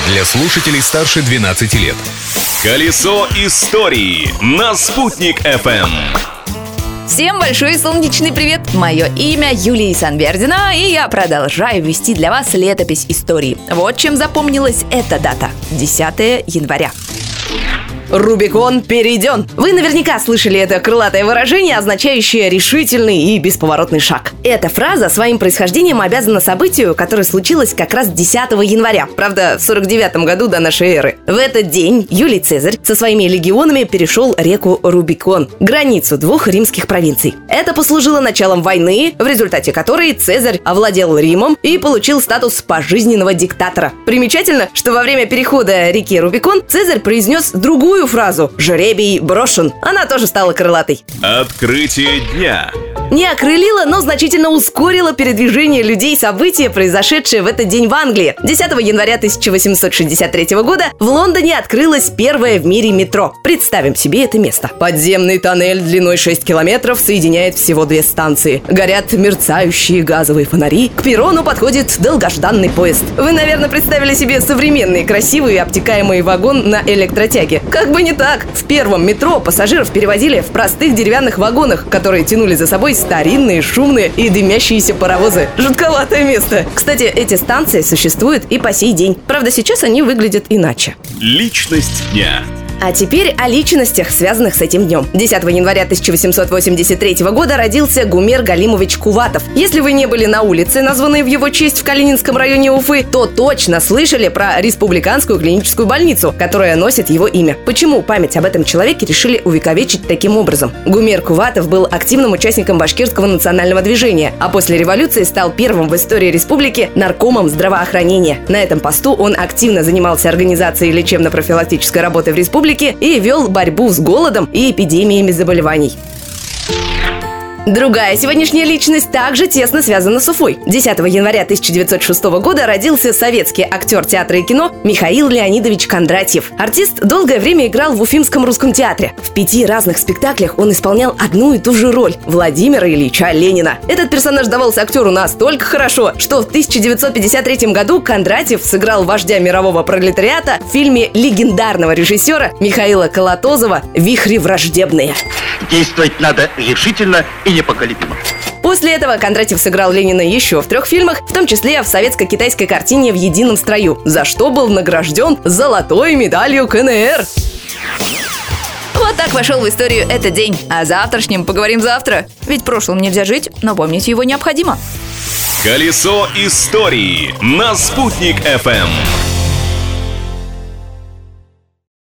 Для слушателей старше 12 лет. Колесо истории на Спутник FM. Всем большой солнечный привет! Мое имя Юлия Санбердина, и я продолжаю вести для вас летопись истории. Вот чем запомнилась эта дата – 10 января. Рубикон перейден. Вы наверняка слышали это крылатое выражение, означающее решительный и бесповоротный шаг. Эта фраза своим происхождением обязана событию, которое случилось как раз 10 января, правда, в 49 году до нашей эры. В этот день Юлий Цезарь со своими легионами перешел реку Рубикон, границу двух римских провинций. Это послужило началом войны, в результате которой Цезарь овладел Римом и получил статус пожизненного диктатора. Примечательно, что во время перехода реки Рубикон Цезарь произнес другую фразу «Жребий брошен». Она тоже стала крылатой. Открытие дня. Не окрылило, но значительно ускорило передвижение людей события, произошедшее в этот день в Англии. 10 января 1863 года в Лондоне открылось первое в мире метро. Представим себе это место. Подземный тоннель длиной 6 километров соединяет всего две станции. Горят мерцающие газовые фонари. К перрону подходит долгожданный поезд. Вы, наверное, представили себе современный, красивый и обтекаемый вагон на электротяге. Как бы не так. В первом метро пассажиров перевозили в простых деревянных вагонах, которые тянули за собой старинные, шумные и дымящиеся паровозы. Жутковатое место. Кстати, эти станции существуют и по сей день. Правда, сейчас они выглядят иначе. Личность дня. А теперь о личностях, связанных с этим днем. 10 января 1883 года родился Гумер Галимович Куватов. Если вы не были на улице, названной в его честь в Калининском районе Уфы, то точно слышали про республиканскую клиническую больницу, которая носит его имя. Почему память об этом человеке решили увековечить таким образом? Гумер Куватов был активным участником башкирского национального движения, а после революции стал первым в истории республики наркомом здравоохранения. На этом посту он активно занимался организацией лечебно-профилактической работы в республике и вел борьбу с голодом и эпидемиями заболеваний. Другая сегодняшняя личность также тесно связана с Уфой. 10 января 1906 года родился советский актер театра и кино Михаил Леонидович Кондратьев. Артист долгое время играл в Уфимском русском театре. В 5 разных спектаклях он исполнял одну и ту же роль – Владимира Ильича Ленина. Этот персонаж давался актеру настолько хорошо, что в 1953 году Кондратьев сыграл вождя мирового пролетариата в фильме легендарного режиссера Михаила Колотозова «Вихри враждебные». Действовать надо решительно и непоколебимо. После этого Кондратьев сыграл Ленина еще в 3 фильмах, в том числе в советско-китайской картине «В едином строю», за что был награжден золотой медалью КНР. Вот так вошел в историю этот день. О завтрашнем поговорим завтра. Ведь прошлым нельзя жить, но помнить его необходимо. Колесо истории на Спутник FM.